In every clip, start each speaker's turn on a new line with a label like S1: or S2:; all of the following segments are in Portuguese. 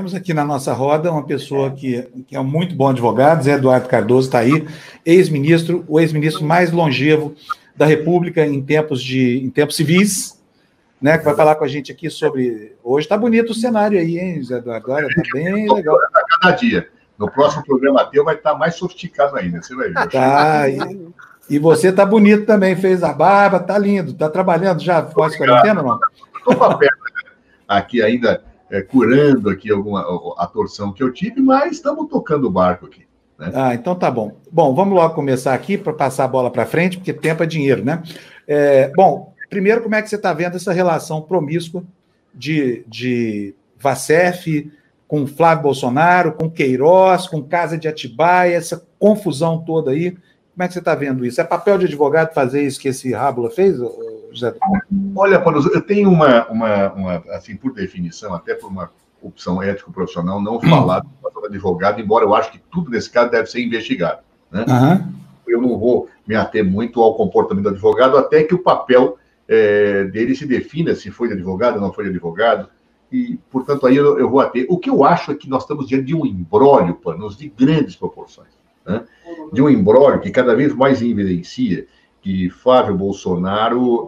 S1: Temos aqui na nossa roda uma pessoa que é um muito bom advogado, Zé Eduardo Cardoso está aí, ex-ministro, o ex-ministro mais longevo da República em tempos civis, né, que vai falar com a gente aqui sobre... Hoje está bonito o cenário aí, hein, Zé Eduardo? Olha, está bem legal.
S2: Cada dia. No próximo programa teu vai estar mais sofisticado ainda, você vai ver.
S1: Tá, e você está bonito também, fez a barba, está lindo. Está trabalhando já pós-quarentena ou não?
S2: Estou com a perna aqui ainda... curando aqui a torção que eu tive, mas estamos tocando o barco aqui. Né?
S1: Ah, então tá bom. Bom, vamos logo começar aqui para passar a bola para frente, porque tempo é dinheiro, né? Bom, primeiro, como é que você está vendo essa relação promíscua de Vacef com Flávio Bolsonaro, com Queiroz, com Casa de Atibaia, essa confusão toda aí? Como é que você está vendo isso? É papel de advogado fazer isso que esse Rábula fez, José?
S2: Olha, Paulo, eu tenho uma, assim, por definição, até por uma opção ético-profissional, não falar do papel do advogado, embora eu acho que tudo nesse caso deve ser investigado. Né?
S1: Uhum.
S2: Eu não vou me ater muito ao comportamento do advogado, até que o papel dele se defina se foi de advogado ou não foi de advogado, e, portanto, aí eu vou ater. O que eu acho é que nós estamos diante de um imbróglio, Panos, de grandes proporções. Né? De um imbróglio que cada vez mais evidencia que Flávio Bolsonaro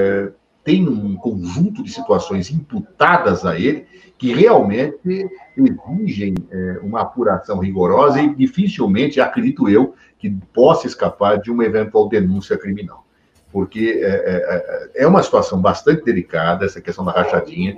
S2: tem um conjunto de situações imputadas a ele que realmente exigem uma apuração rigorosa e dificilmente, acredito eu, que possa escapar de uma eventual denúncia criminal. Porque é uma situação bastante delicada, essa questão da rachadinha.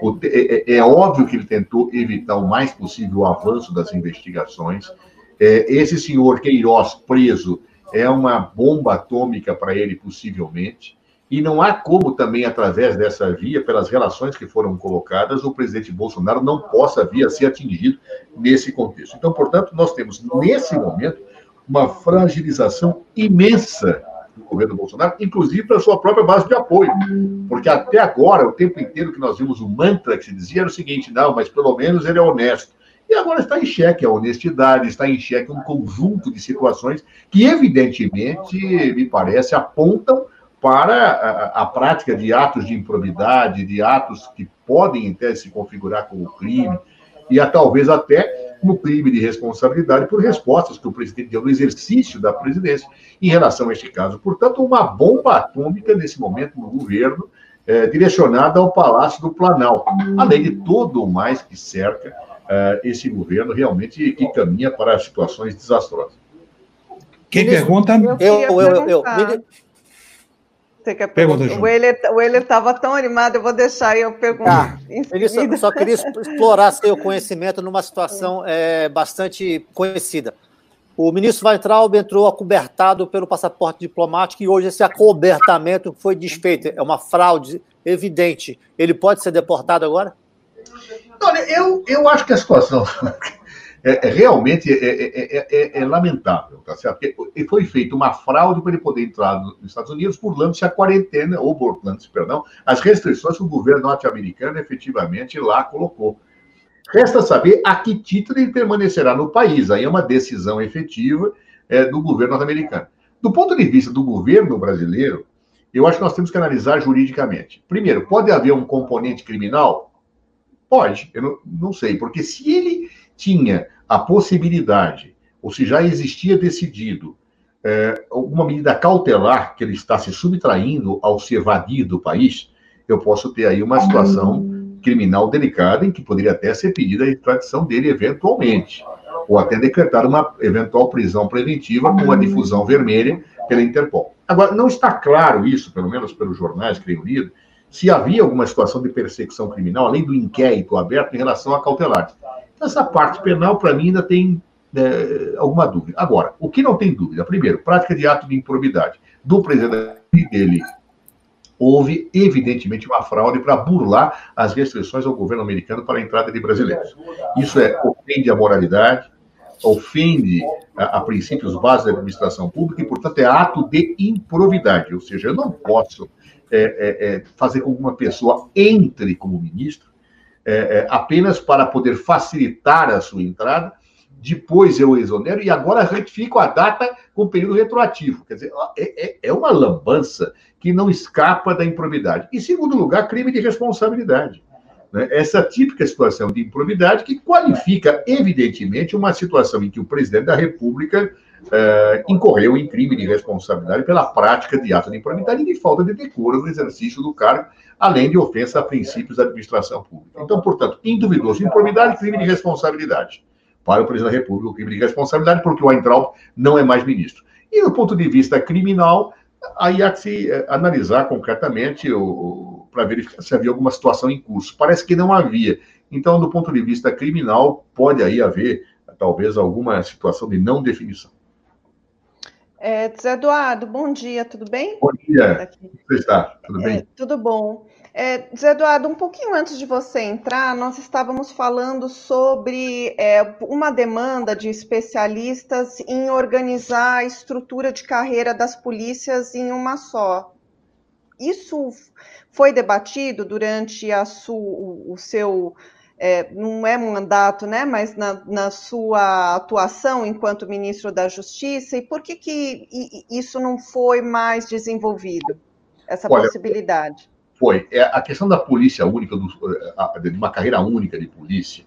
S2: É óbvio que ele tentou evitar o mais possível o avanço das investigações. Esse senhor Queiroz preso é uma bomba atômica para ele, possivelmente, e não há como também, através dessa via, pelas relações que foram colocadas, o presidente Bolsonaro não possa vir a ser atingido nesse contexto. Então, portanto, nós temos, nesse momento, uma fragilização imensa do governo Bolsonaro, inclusive para a sua própria base de apoio, porque até agora, o tempo inteiro que nós vimos o mantra que se dizia era o seguinte: não, mas pelo menos ele é honesto. E agora está em xeque a honestidade, está em xeque um conjunto de situações que, evidentemente, me parece, apontam para a prática de atos de improbidade, de atos que podem até se configurar como crime, e talvez até como crime de responsabilidade por respostas que o presidente deu no exercício da presidência em relação a este caso. Portanto, uma bomba atômica, nesse momento, no governo, direcionada ao Palácio do Planalto, além de todo o mais que cerca esse governo realmente que caminha para situações desastrosas.
S1: Quem pergunta?
S3: Eu. Você quer perguntar? O Euler estava tão animado, eu vou deixar eu perguntar.
S4: Eu só queria explorar seu conhecimento numa situação bastante conhecida. O ministro Weintraub entrou acobertado pelo passaporte diplomático e hoje esse acobertamento foi desfeito. É uma fraude evidente. Ele pode ser deportado agora?
S2: Olha, eu acho que a situação realmente é lamentável, tá certo? Porque foi feita uma fraude para ele poder entrar nos Estados Unidos, burlando-se a quarentena, ou burlando-se, perdão, as restrições que o governo norte-americano efetivamente lá colocou. Resta saber a que título ele permanecerá no país. Aí é uma decisão efetiva do governo norte-americano. Do ponto de vista do governo brasileiro, eu acho que nós temos que analisar juridicamente. Primeiro, pode haver um componente criminal? Pode, eu não sei, porque se ele tinha a possibilidade, ou se já existia decidido, alguma medida cautelar que ele está se subtraindo ao se evadir do país, eu posso ter aí uma situação criminal delicada em que poderia até ser pedida a extradição dele eventualmente, ou até decretar uma eventual prisão preventiva com a difusão vermelha pela Interpol. Agora, não está claro isso, pelo menos pelos jornais que tenho lido, se havia alguma situação de persecução criminal, além do inquérito aberto em relação a cautelares. Então, essa parte penal, para mim, ainda tem alguma dúvida. Agora, o que não tem dúvida? Primeiro, prática de ato de improbidade do presidente dele. Houve, evidentemente, uma fraude para burlar as restrições ao governo americano para a entrada de brasileiros. Isso ofende a moralidade, ofende a princípios básicos da administração pública e, portanto, é ato de improbidade. Ou seja, eu não posso fazer com que uma pessoa entre como ministro apenas para poder facilitar a sua entrada, depois eu exonero e agora retifico a data com período retroativo. Quer dizer, é uma lambança que não escapa da improbidade. Em segundo lugar, crime de responsabilidade. né, essa típica situação de improbidade que qualifica, evidentemente, uma situação em que o presidente da República incorreu em crime de responsabilidade pela prática de ato de improbidade e de falta de decoro no exercício do cargo, além de ofensa a princípios da administração pública. Então, portanto, induvidoso, improbidade, crime de responsabilidade. Para o presidente da República, o crime de responsabilidade, porque o Weintraub não é mais ministro. E do ponto de vista criminal, aí há que se analisar concretamente para verificar se havia alguma situação em curso. Parece que não havia. Então, do ponto de vista criminal, pode aí haver, talvez, alguma situação de não definição.
S3: Zé Eduardo, bom dia, tudo bem?
S2: Bom dia, como você está? Tudo bem?
S3: Tudo bom. Zé Eduardo, um pouquinho antes de você entrar, nós estávamos falando sobre uma demanda de especialistas em organizar a estrutura de carreira das polícias em uma só. Isso foi debatido durante o seu... não é mandato, né, mas na sua atuação enquanto ministro da Justiça, e por que isso não foi mais desenvolvido, essa possibilidade?
S2: Foi. A questão da polícia única, de uma carreira única de polícia,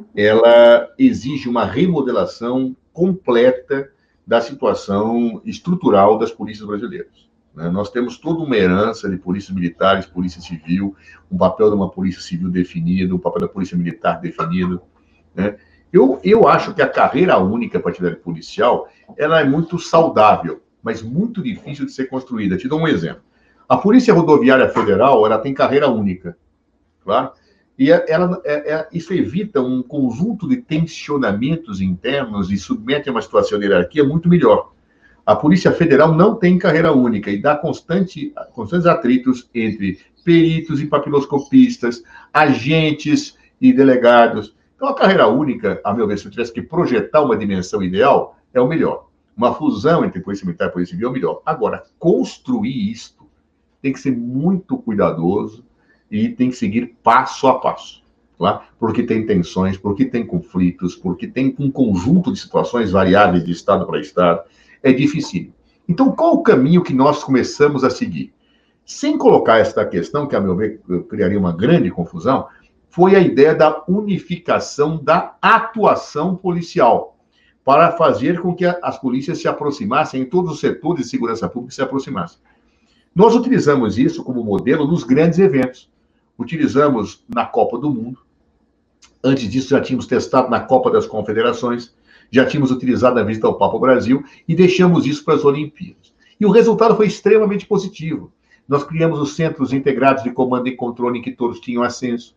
S2: ela exige uma remodelação completa da situação estrutural das polícias brasileiras. Nós temos toda uma herança de polícias militares, polícia civil, um papel de uma polícia civil definido, um papel da polícia militar definido. Né? Eu acho que a carreira única partidária policial ela é muito saudável, mas muito difícil de ser construída. Te dou um exemplo. A Polícia Rodoviária Federal ela tem carreira única, claro? E isso evita um conjunto de tensionamentos internos e submete a uma situação de hierarquia muito melhor. A Polícia Federal não tem carreira única e dá constantes atritos entre peritos e papiloscopistas, agentes e delegados. Então, a carreira única, a meu ver, se eu tivesse que projetar uma dimensão ideal, é o melhor. Uma fusão entre Polícia Militar e Polícia Civil é o melhor. Agora, construir isto tem que ser muito cuidadoso e tem que seguir passo a passo. Claro? Porque tem tensões, porque tem conflitos, porque tem um conjunto de situações variáveis de estado para estado. É difícil. Então, qual o caminho que nós começamos a seguir? Sem colocar esta questão, que, a meu ver, criaria uma grande confusão, foi a ideia da unificação da atuação policial, para fazer com que as polícias se aproximassem, todos os setores de segurança pública se aproximassem. Nós utilizamos isso como modelo nos grandes eventos. Utilizamos na Copa do Mundo. Antes disso, já tínhamos testado na Copa das Confederações. Já tínhamos utilizado a visita ao Papa Brasil e deixamos isso para as Olimpíadas. E o resultado foi extremamente positivo. Nós criamos os centros integrados de comando e controle em que todos tinham assento.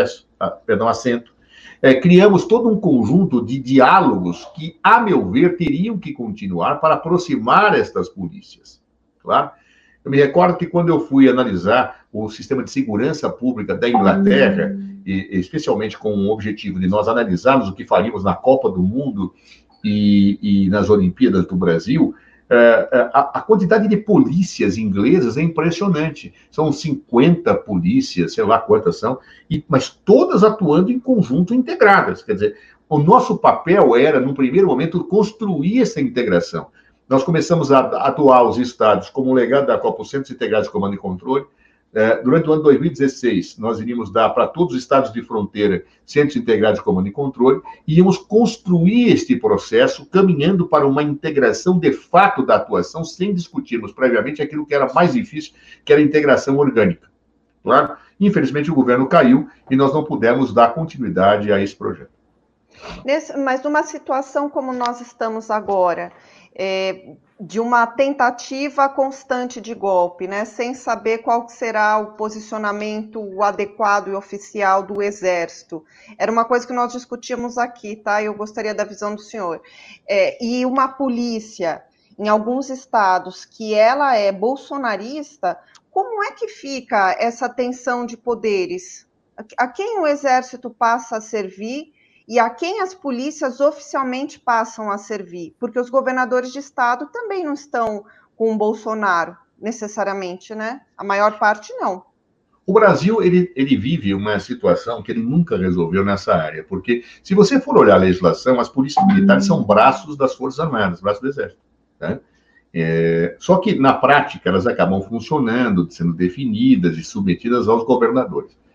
S2: Criamos todo um conjunto de diálogos que, a meu ver, teriam que continuar para aproximar estas polícias. Claro? Eu me recordo que quando eu fui analisar o sistema de segurança pública da Inglaterra, e especialmente com o objetivo de nós analisarmos o que faríamos na Copa do Mundo e nas Olimpíadas do Brasil, a quantidade de polícias inglesas é impressionante. São 50 polícias, sei lá quantas são, mas todas atuando em conjunto integradas. Quer dizer, o nosso papel era, num primeiro momento, construir essa integração. Nós começamos a atuar os estados como um legado da Copa, os Centros Integrados de Comando e Controle. Durante o ano 2016, nós iríamos dar para todos os estados de fronteira Centros Integrados de Comando e Controle e íamos construir este processo caminhando para uma integração de fato da atuação, sem discutirmos previamente aquilo que era mais difícil, que era a integração orgânica. Claro? Infelizmente, o governo caiu e nós não pudemos dar continuidade a esse projeto.
S3: Mas numa situação como nós estamos agora, de uma tentativa constante de golpe, né, sem saber qual será o posicionamento adequado e oficial do Exército. Era uma coisa que nós discutíamos aqui, tá? Eu gostaria da visão do senhor. E uma polícia, em alguns estados, que ela é bolsonarista, como é que fica essa tensão de poderes? A quem o Exército passa a servir e a quem as polícias oficialmente passam a servir? Porque os governadores de estado também não estão com o Bolsonaro, necessariamente, né? A maior parte não.
S2: O Brasil, ele vive uma situação que ele nunca resolveu nessa área, porque se você for olhar a legislação, as polícias militares são braços das Forças Armadas, braços do Exército. Tá? Só que, na prática, elas acabam funcionando, sendo definidas e submetidas aos governadores.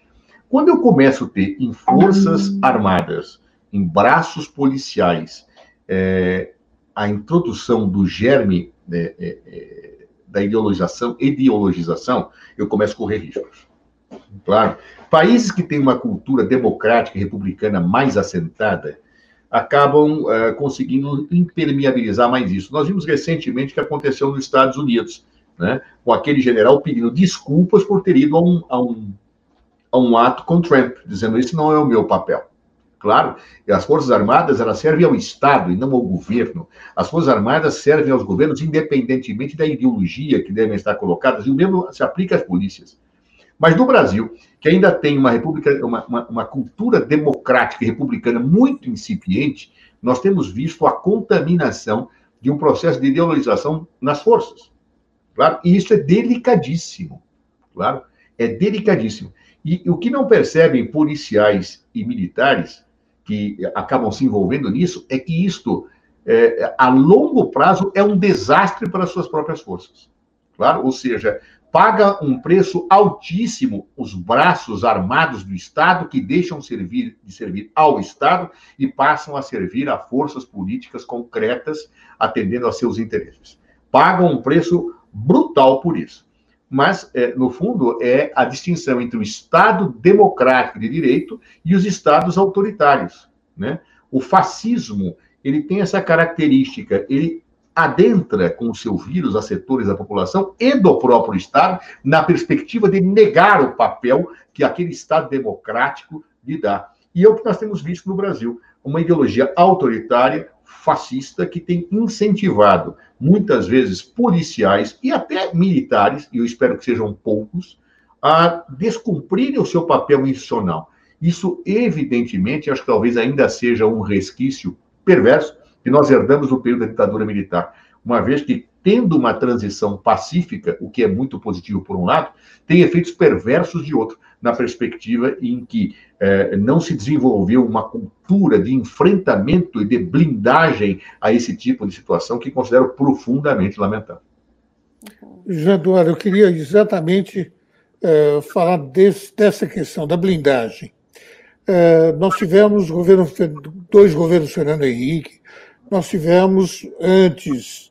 S2: Quando eu começo a ter em forças armadas, em braços policiais, a introdução do germe da ideologização, eu começo a correr riscos. Claro, países que têm uma cultura democrática e republicana mais assentada acabam conseguindo impermeabilizar mais isso. Nós vimos recentemente o que aconteceu nos Estados Unidos, né, com aquele general pedindo desculpas por ter ido a um ato com Trump, dizendo isso não é o meu papel. Claro, as Forças Armadas elas servem ao Estado e não ao governo. As Forças Armadas servem aos governos independentemente da ideologia que devem estar colocadas, e o mesmo se aplica às polícias. Mas no Brasil, que ainda tem uma cultura democrática e republicana muito incipiente, nós temos visto a contaminação de um processo de ideologização nas forças. Claro? E isso é delicadíssimo. Claro? É delicadíssimo. E o que não percebem policiais e militares que acabam se envolvendo nisso é que isto, a longo prazo, é um desastre para as suas próprias forças. Claro? Ou seja, paga um preço altíssimo os braços armados do Estado, que deixam de servir ao Estado e passam a servir a forças políticas concretas, atendendo aos seus interesses. Pagam um preço brutal por isso. Mas, no fundo, é a distinção entre o Estado democrático de direito e os Estados autoritários, né? O fascismo, ele tem essa característica, ele adentra com o seu vírus a setores da população e do próprio Estado, na perspectiva de negar o papel que aquele Estado democrático lhe dá. E é o que nós temos visto no Brasil, uma ideologia autoritária, fascista, que tem incentivado, muitas vezes, policiais e até militares, e eu espero que sejam poucos, a descumprirem o seu papel institucional. Isso, evidentemente, acho que talvez ainda seja um resquício perverso que nós herdamos do período da ditadura militar, uma vez que, tendo uma transição pacífica, o que é muito positivo por um lado, tem efeitos perversos de outro, na perspectiva em que não se desenvolveu uma cultura de enfrentamento e de blindagem a esse tipo de situação que considero profundamente lamentável.
S5: Jean Eduardo, eu queria exatamente falar dessa questão da blindagem. Nós tivemos dois governos Fernando Henrique, nós tivemos antes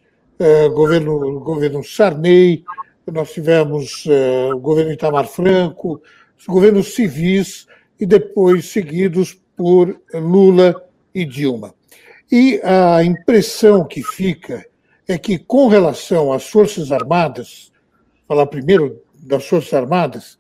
S5: governo Sarney, nós tivemos o governo Itamar Franco, os governos civis e depois seguidos por Lula e Dilma. E a impressão que fica é que, com relação às Forças Armadas, falar primeiro das Forças Armadas,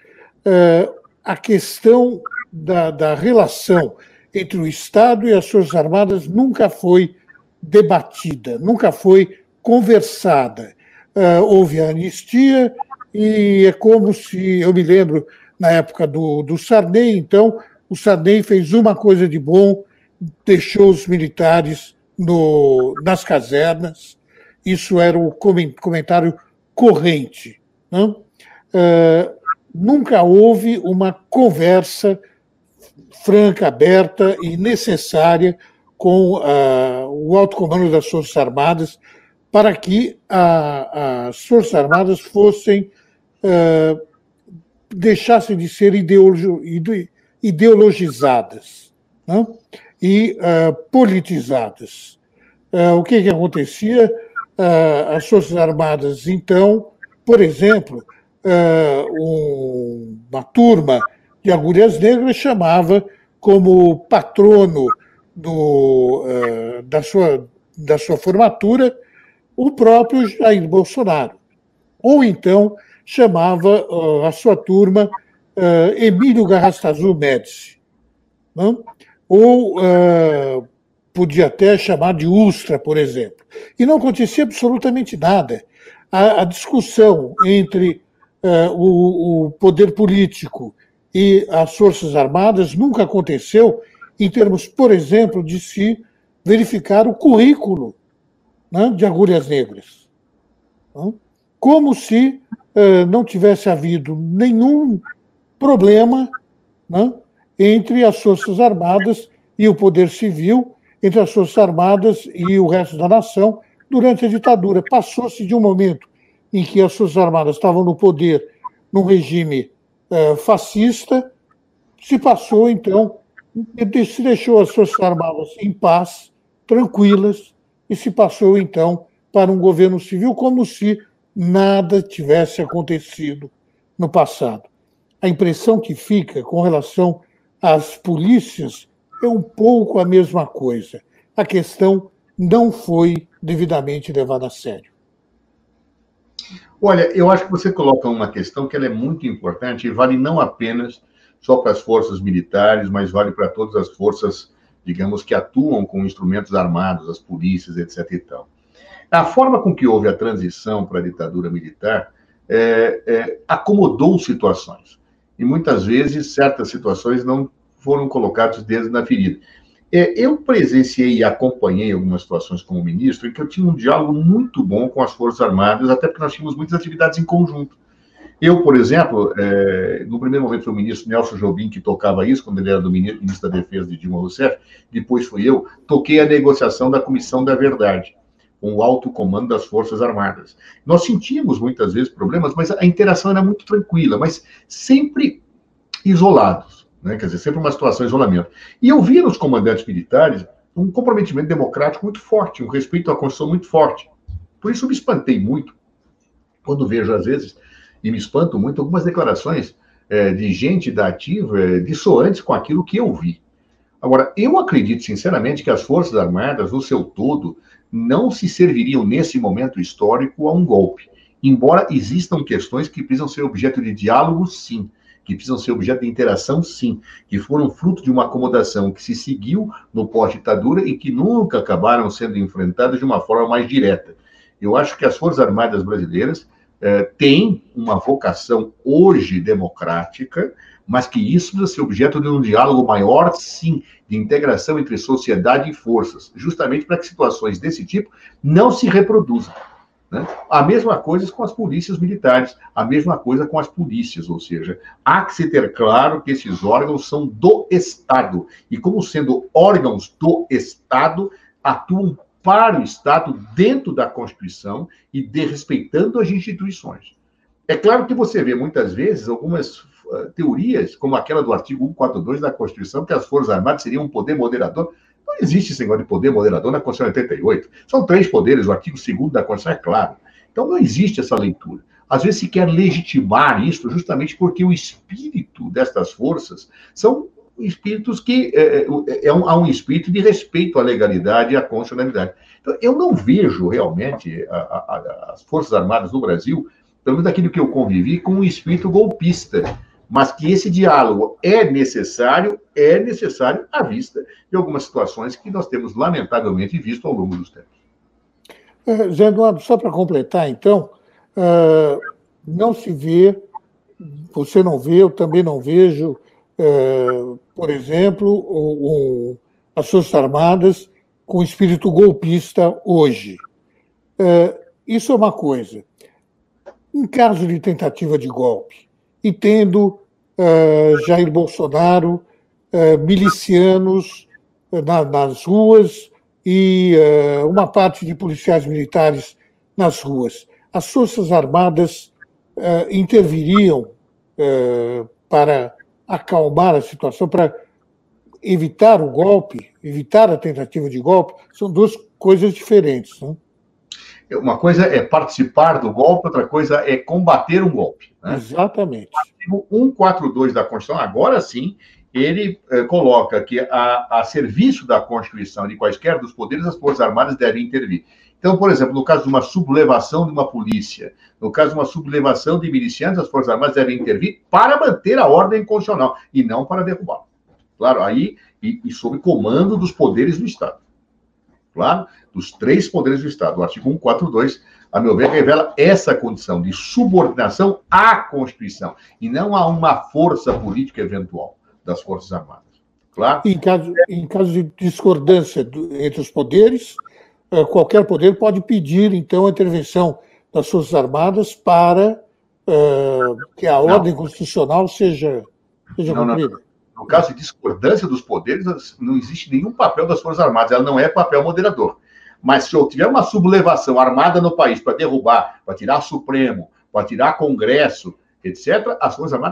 S5: a questão da relação entre o Estado e as Forças Armadas nunca foi debatida, nunca foi conversada. Houve a anistia e é como se, eu me lembro, na época do Sarney, então, o Sarney fez uma coisa de bom, deixou os militares nas casernas, isso era o comentário corrente. Né? Nunca houve uma conversa franca, aberta e necessária com o alto comando das Forças Armadas para que as Forças Armadas deixassem de ser ideologizadas, né? E politizadas. O que acontecia? As Forças Armadas, então, por exemplo, uma turma de Agulhas Negras chamava como patrono da sua formatura o próprio Jair Bolsonaro. Ou então chamava a sua turma Emílio Garrastazu Médici. Né? Ou podia até chamar de Ustra, por exemplo. E não acontecia absolutamente nada. A discussão entre o poder político e as Forças Armadas nunca aconteceu em termos, por exemplo, de se verificar o currículo, né, de Agulhas Negras. Né? Como se não tivesse havido nenhum problema, né, entre as Forças Armadas e o poder civil, entre as Forças Armadas e o resto da nação, durante a ditadura. Passou-se de um momento em que as Forças Armadas estavam no poder num regime fascista, se passou, então, se deixou as Forças Armadas em paz, tranquilas, e se passou, então, para um governo civil como se nada tivesse acontecido no passado. A impressão que fica com relação às polícias é um pouco a mesma coisa. A questão não foi devidamente levada a sério.
S2: Olha, eu acho que você coloca uma questão que ela é muito importante e vale não apenas só para as forças militares, mas vale para todas as forças, digamos, que atuam com instrumentos armados, as polícias, etc. e tal. A forma com que houve a transição para a ditadura militar acomodou situações. E muitas vezes certas situações não foram colocadas dedos na ferida. Eu presenciei e acompanhei algumas situações como ministro em que eu tinha um diálogo muito bom com as Forças Armadas, até porque nós tínhamos muitas atividades em conjunto. Eu, por exemplo, no primeiro momento foi o ministro Nelson Jobim que tocava isso, quando ele era do ministro da Defesa de Dilma Rousseff, depois fui eu, toquei a negociação da Comissão da Verdade, com o alto comando das Forças Armadas. Nós sentíamos muitas vezes problemas, mas a interação era muito tranquila, mas sempre isolados. Né? Quer dizer, sempre uma situação de isolamento. E eu via nos comandantes militares um comprometimento democrático muito forte, um respeito à Constituição muito forte. Por isso eu me espantei muito quando vejo, às vezes, e me espanto muito, algumas declarações de gente da ativa dissoantes com aquilo que eu vi. Agora, eu acredito, sinceramente, que as Forças Armadas, no seu todo, não se serviriam, nesse momento histórico, a um golpe. Embora existam questões que precisam ser objeto de diálogo, sim, que precisam ser objeto de interação, sim, que foram fruto de uma acomodação que se seguiu no pós-ditadura e que nunca acabaram sendo enfrentadas de uma forma mais direta. Eu acho que as Forças Armadas brasileiras têm uma vocação hoje democrática, mas que isso precisa ser objeto de um diálogo maior, sim, de integração entre sociedade e forças, justamente para que situações desse tipo não se reproduzam. Né? A mesma coisa com as polícias militares, a mesma coisa com as polícias, ou seja, há que se ter claro que esses órgãos são do Estado, e como sendo órgãos do Estado, atuam para o Estado dentro da Constituição e respeitando as instituições. É claro que você vê muitas vezes algumas teorias, como aquela do artigo 142 da Constituição, que as Forças Armadas seriam um poder moderador. Não existe esse negócio de poder moderador na Constituição de 88. São 3 poderes, o artigo 2º da Constituição é claro. Então não existe essa leitura. Às vezes se quer legitimar isso justamente porque o espírito destas forças são espíritos que há um espírito de respeito à legalidade e à constitucionalidade. Então, eu não vejo realmente as Forças Armadas no Brasil, pelo menos daquilo que eu convivi, com um espírito golpista. Mas que esse diálogo é necessário à vista de algumas situações que nós temos, lamentavelmente, visto ao longo dos tempos.
S5: Zé Eduardo, só para completar, então, não se vê, você não vê, eu também não vejo, por exemplo, as Forças Armadas com espírito golpista hoje. Isso é uma coisa. Em caso de tentativa de golpe, e tendo Jair Bolsonaro, milicianos nas ruas e uma parte de policiais militares nas ruas, as Forças Armadas interviriam para acalmar a situação, para evitar o golpe, evitar a tentativa de golpe. São 2 coisas diferentes, né?
S2: Uma coisa é participar do golpe, outra coisa é combater um golpe. Né?
S5: Exatamente.
S2: O artigo 142 da Constituição, agora sim, ele coloca que a serviço da Constituição de quaisquer dos poderes, as Forças Armadas devem intervir. Então, por exemplo, no caso de uma sublevação de uma polícia, no caso de uma sublevação de milicianos, as Forças Armadas devem intervir para manter a ordem constitucional e não para derrubar. Claro, aí, e sob comando dos poderes do Estado. Claro, dos 3 poderes do Estado. O artigo 142, a meu ver, revela essa condição de subordinação à Constituição e não a uma força política eventual das Forças Armadas. Claro?
S5: Em caso de discordância entre os poderes, qualquer poder pode pedir, então, a intervenção das Forças Armadas para que a ordem constitucional seja cumprida.
S2: No caso de discordância dos poderes, não existe nenhum papel das Forças Armadas, ela não é papel moderador. Mas se eu tiver uma sublevação armada no país para derrubar, para tirar Supremo, para tirar Congresso, etc., as Forças Armadas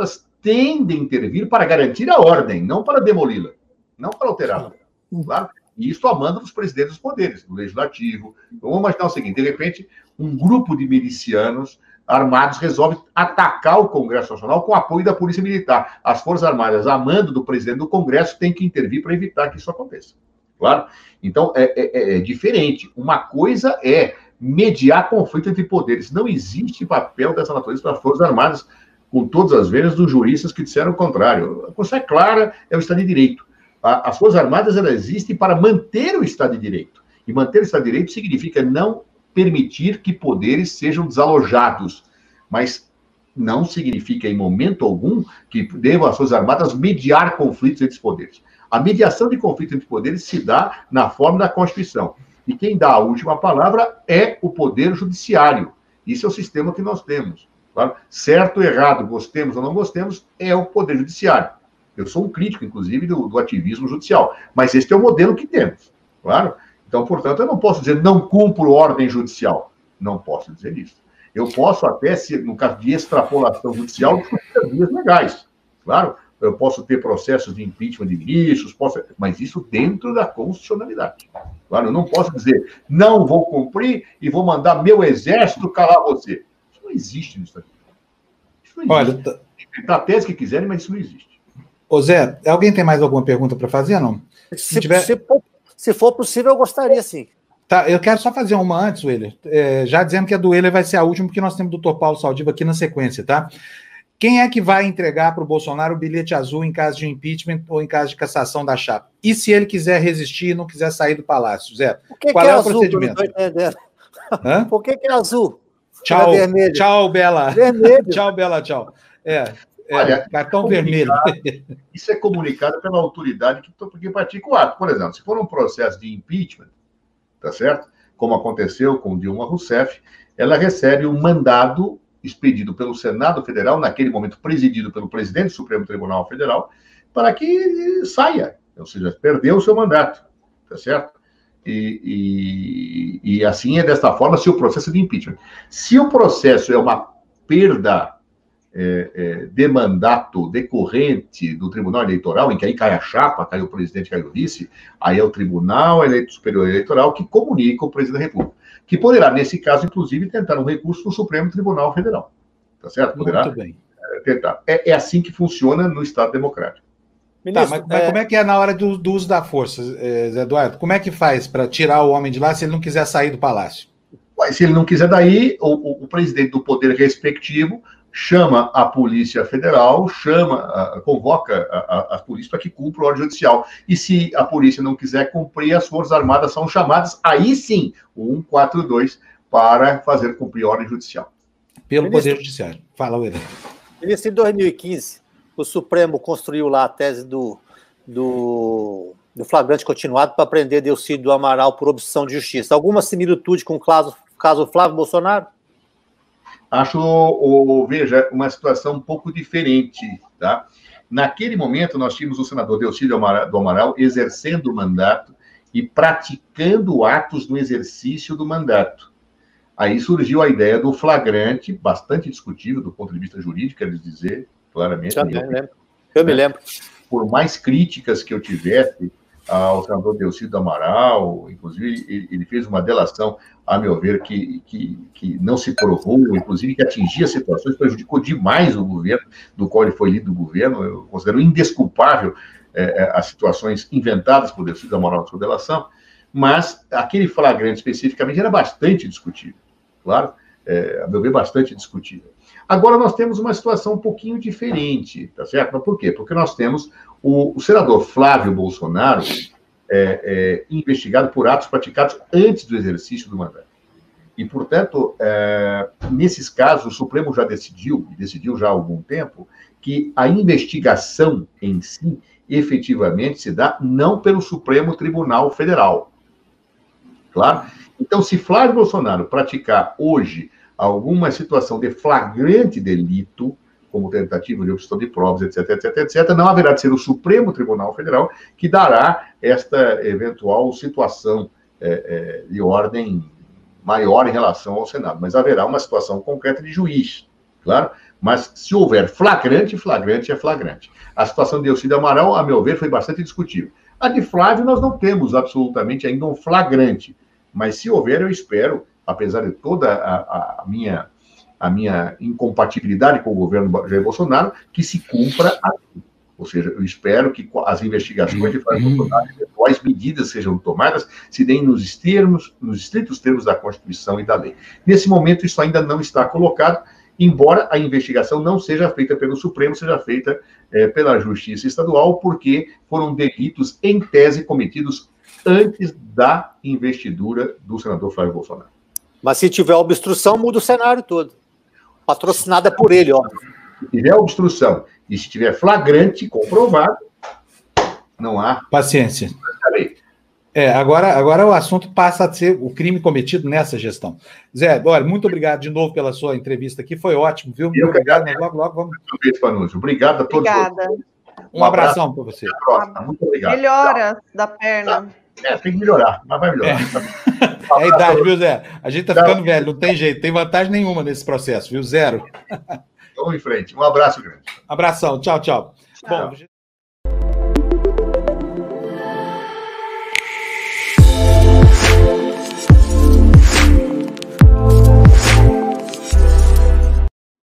S2: tem de intervir para garantir a ordem, não para demoli-la, não para alterá-la. Claro? E isso a mando dos presidentes dos poderes, do legislativo. Então, vamos imaginar o seguinte, de repente, um grupo de milicianos armados resolve atacar o Congresso Nacional com apoio da Polícia Militar. As Forças Armadas, a mando do presidente do Congresso, têm que intervir para evitar que isso aconteça. Claro? Então, é diferente. Uma coisa é mediar conflito entre poderes. Não existe papel dessa natureza para as Forças Armadas, com todas as vezes dos juristas que disseram o contrário. A coisa é clara, é o Estado de Direito. As Forças Armadas, elas existem para manter o Estado de Direito. E manter o Estado de Direito significa não permitir que poderes sejam desalojados. Mas não significa, em momento algum, que devam as Forças Armadas mediar conflitos entre os poderes. A mediação de conflitos entre poderes se dá na forma da Constituição. E quem dá a última palavra é o Poder Judiciário. Isso é o sistema que nós temos. Claro? Certo ou errado, gostemos ou não gostemos, é o Poder Judiciário. Eu sou um crítico, inclusive, do ativismo judicial. Mas este é o modelo que temos. Claro? Então, portanto, eu não posso dizer não cumpro ordem judicial. Não posso dizer isso. Eu posso até, no caso de extrapolação judicial, discutir vias legais. Claro? Eu posso ter processos de impeachment de ministros, mas isso dentro da constitucionalidade. Claro, eu não posso dizer, não vou cumprir e vou mandar meu exército calar você. Isso não existe nisso aqui. Isso não existe. Olha, a tese que quiserem, mas isso não existe.
S1: Ô Zé, alguém tem mais alguma pergunta para fazer, não?
S4: Se for possível, eu gostaria, sim.
S1: Tá, eu quero só fazer uma antes, Willer. Já dizendo que a do Willer vai ser a última, porque nós temos o Dr. Paulo Saldiva aqui na sequência, tá? Quem é que vai entregar para o Bolsonaro o bilhete azul em caso de impeachment ou em caso de cassação da chapa? E se ele quiser resistir e não quiser sair do palácio, Zé? Qual é o procedimento?
S4: Por que é azul?
S1: Tchau, tchau, Bela.
S4: Vermelho.
S1: Tchau, Bela, tchau. Olha, cartão vermelho.
S2: Isso é comunicado pela autoridade que pratica o ato. Por exemplo, se for um processo de impeachment, tá certo? Como aconteceu com Dilma Rousseff, ela recebe um mandado expedido pelo Senado Federal, naquele momento presidido pelo presidente do Supremo Tribunal Federal, para que saia, ou seja, perdeu o seu mandato, tá certo? E assim é desta forma se o processo de impeachment. Se o processo é uma perda de mandato decorrente do Tribunal Eleitoral, em que aí cai a chapa, cai o presidente, cai o vice, aí é o Tribunal Superior Eleitoral que comunica o presidente da República, que poderá, nesse caso, inclusive, tentar um recurso no Supremo Tribunal Federal. Tá certo? Poderá
S1: muito bem.
S2: Tentar. É assim que funciona no Estado democrático.
S1: Ministro, tá, mas como é que é na hora do uso da força, Zé Eduardo? Como é que faz para tirar o homem de lá se ele não quiser sair do palácio?
S2: Mas, se ele não quiser daí, o presidente do poder respectivo chama a Polícia Federal, convoca a polícia para que cumpra a ordem judicial. E se a polícia não quiser cumprir, as Forças Armadas são chamadas, aí sim, o 142, para fazer cumprir a ordem judicial.
S1: Pelo Poder Judiciário. Fala, William.
S4: Ministro, em 2015, o Supremo construiu lá a tese do flagrante continuado para prender Delcídio do Amaral por obstrução de justiça. Alguma similitude com o caso Flávio Bolsonaro?
S2: Acho, veja, uma situação um pouco diferente, tá? Naquele momento, nós tínhamos o senador Delcídio do Amaral exercendo o mandato e praticando atos no exercício do mandato. Aí surgiu a ideia do flagrante, bastante discutível do ponto de vista jurídico, quero dizer claramente.
S4: Eu me lembro.
S2: Por mais críticas que eu tivesse ao senador Delcídio do Amaral, inclusive ele fez uma delação, a meu ver, que não se provou, inclusive que atingia situações, prejudicou demais o governo, do qual ele foi líder do governo. Eu considero indesculpável as situações inventadas por Delcídio do Amaral na sua delação, mas aquele flagrante especificamente era bastante discutível, claro, a meu ver, bastante discutível. Agora nós temos uma situação um pouquinho diferente, tá certo? Mas por quê? Porque nós temos o senador Flávio Bolsonaro investigado por atos praticados antes do exercício do mandato. E, portanto, nesses casos, o Supremo já decidiu, e decidiu já há algum tempo, que a investigação em si, efetivamente, se dá não pelo Supremo Tribunal Federal. Claro? Então, se Flávio Bolsonaro praticar hoje alguma situação de flagrante delito, como tentativa de obstrução de provas, etc., não haverá de ser o Supremo Tribunal Federal que dará esta eventual situação de ordem maior em relação ao Senado, mas haverá uma situação concreta de juiz, claro, Mas se houver flagrante, flagrante é flagrante. A situação de Elcida Amaral, a meu ver, foi bastante discutível. A de Flávio nós não temos absolutamente ainda um flagrante. Mas se houver, eu espero, apesar de toda a minha incompatibilidade com o governo Jair Bolsonaro, que se cumpra a lei. Ou seja, eu espero que as investigações de Flávio Bolsonaro, eventuais medidas sejam tomadas, se deem nos estritos termos da Constituição e da lei. Nesse momento, isso ainda não está colocado, embora a investigação não seja feita pelo Supremo, seja feita pela Justiça Estadual, porque foram delitos, em tese, cometidos antes da investidura do senador Flávio Bolsonaro.
S4: Mas se tiver obstrução, muda o cenário todo. Patrocinada por ele, óbvio.
S2: Se tiver obstrução e se tiver flagrante, comprovado, não há...
S1: Paciência. Agora o assunto passa a ser o crime cometido nessa gestão. Zé, olha, muito obrigado de novo pela sua entrevista aqui, foi ótimo, viu? Muito obrigado. Logo vamos...
S2: Obrigado a todos.
S3: Obrigada.
S1: Um abração para você.
S2: Muito obrigado.
S3: Melhoras da perna.
S2: Tem que melhorar, mas vai melhorar.
S1: É a idade, viu, Zé? A gente tá ficando velho, não tem jeito, tem vantagem nenhuma nesse processo, viu? Zero.
S2: Vamos em frente. Um abraço grande.
S1: Abração, tchau.
S3: Tchau.
S1: Bom,